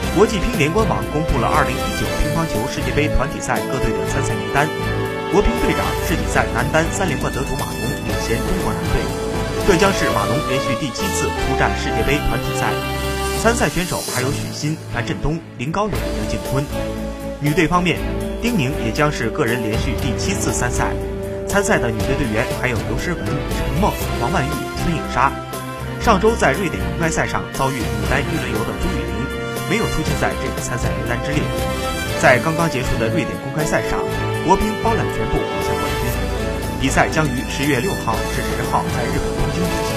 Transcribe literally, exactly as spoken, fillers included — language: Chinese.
国际乒联官网公布了二零一九乒乓球世界杯团体赛各队的参赛名单。国乒队长世锦赛男单三连冠得主马龙领衔中国男队，这将是马龙连续第七次出战世界杯团体赛。参赛选手还有许昕、樊振东、林高远、刘靖坤。女队方面，丁宁也将是个人连续第七次参赛。参赛的女队队员还有刘诗雯、陈梦、王曼玉、孙颖莎。上周在瑞典公开赛上遭遇女单一轮游的朱雨玲，没有出现在这个参赛名单之列。在刚刚结束的瑞典公开赛上，国乒包揽全部五项冠军。比赛将于十月六号至十号在日本东京举行。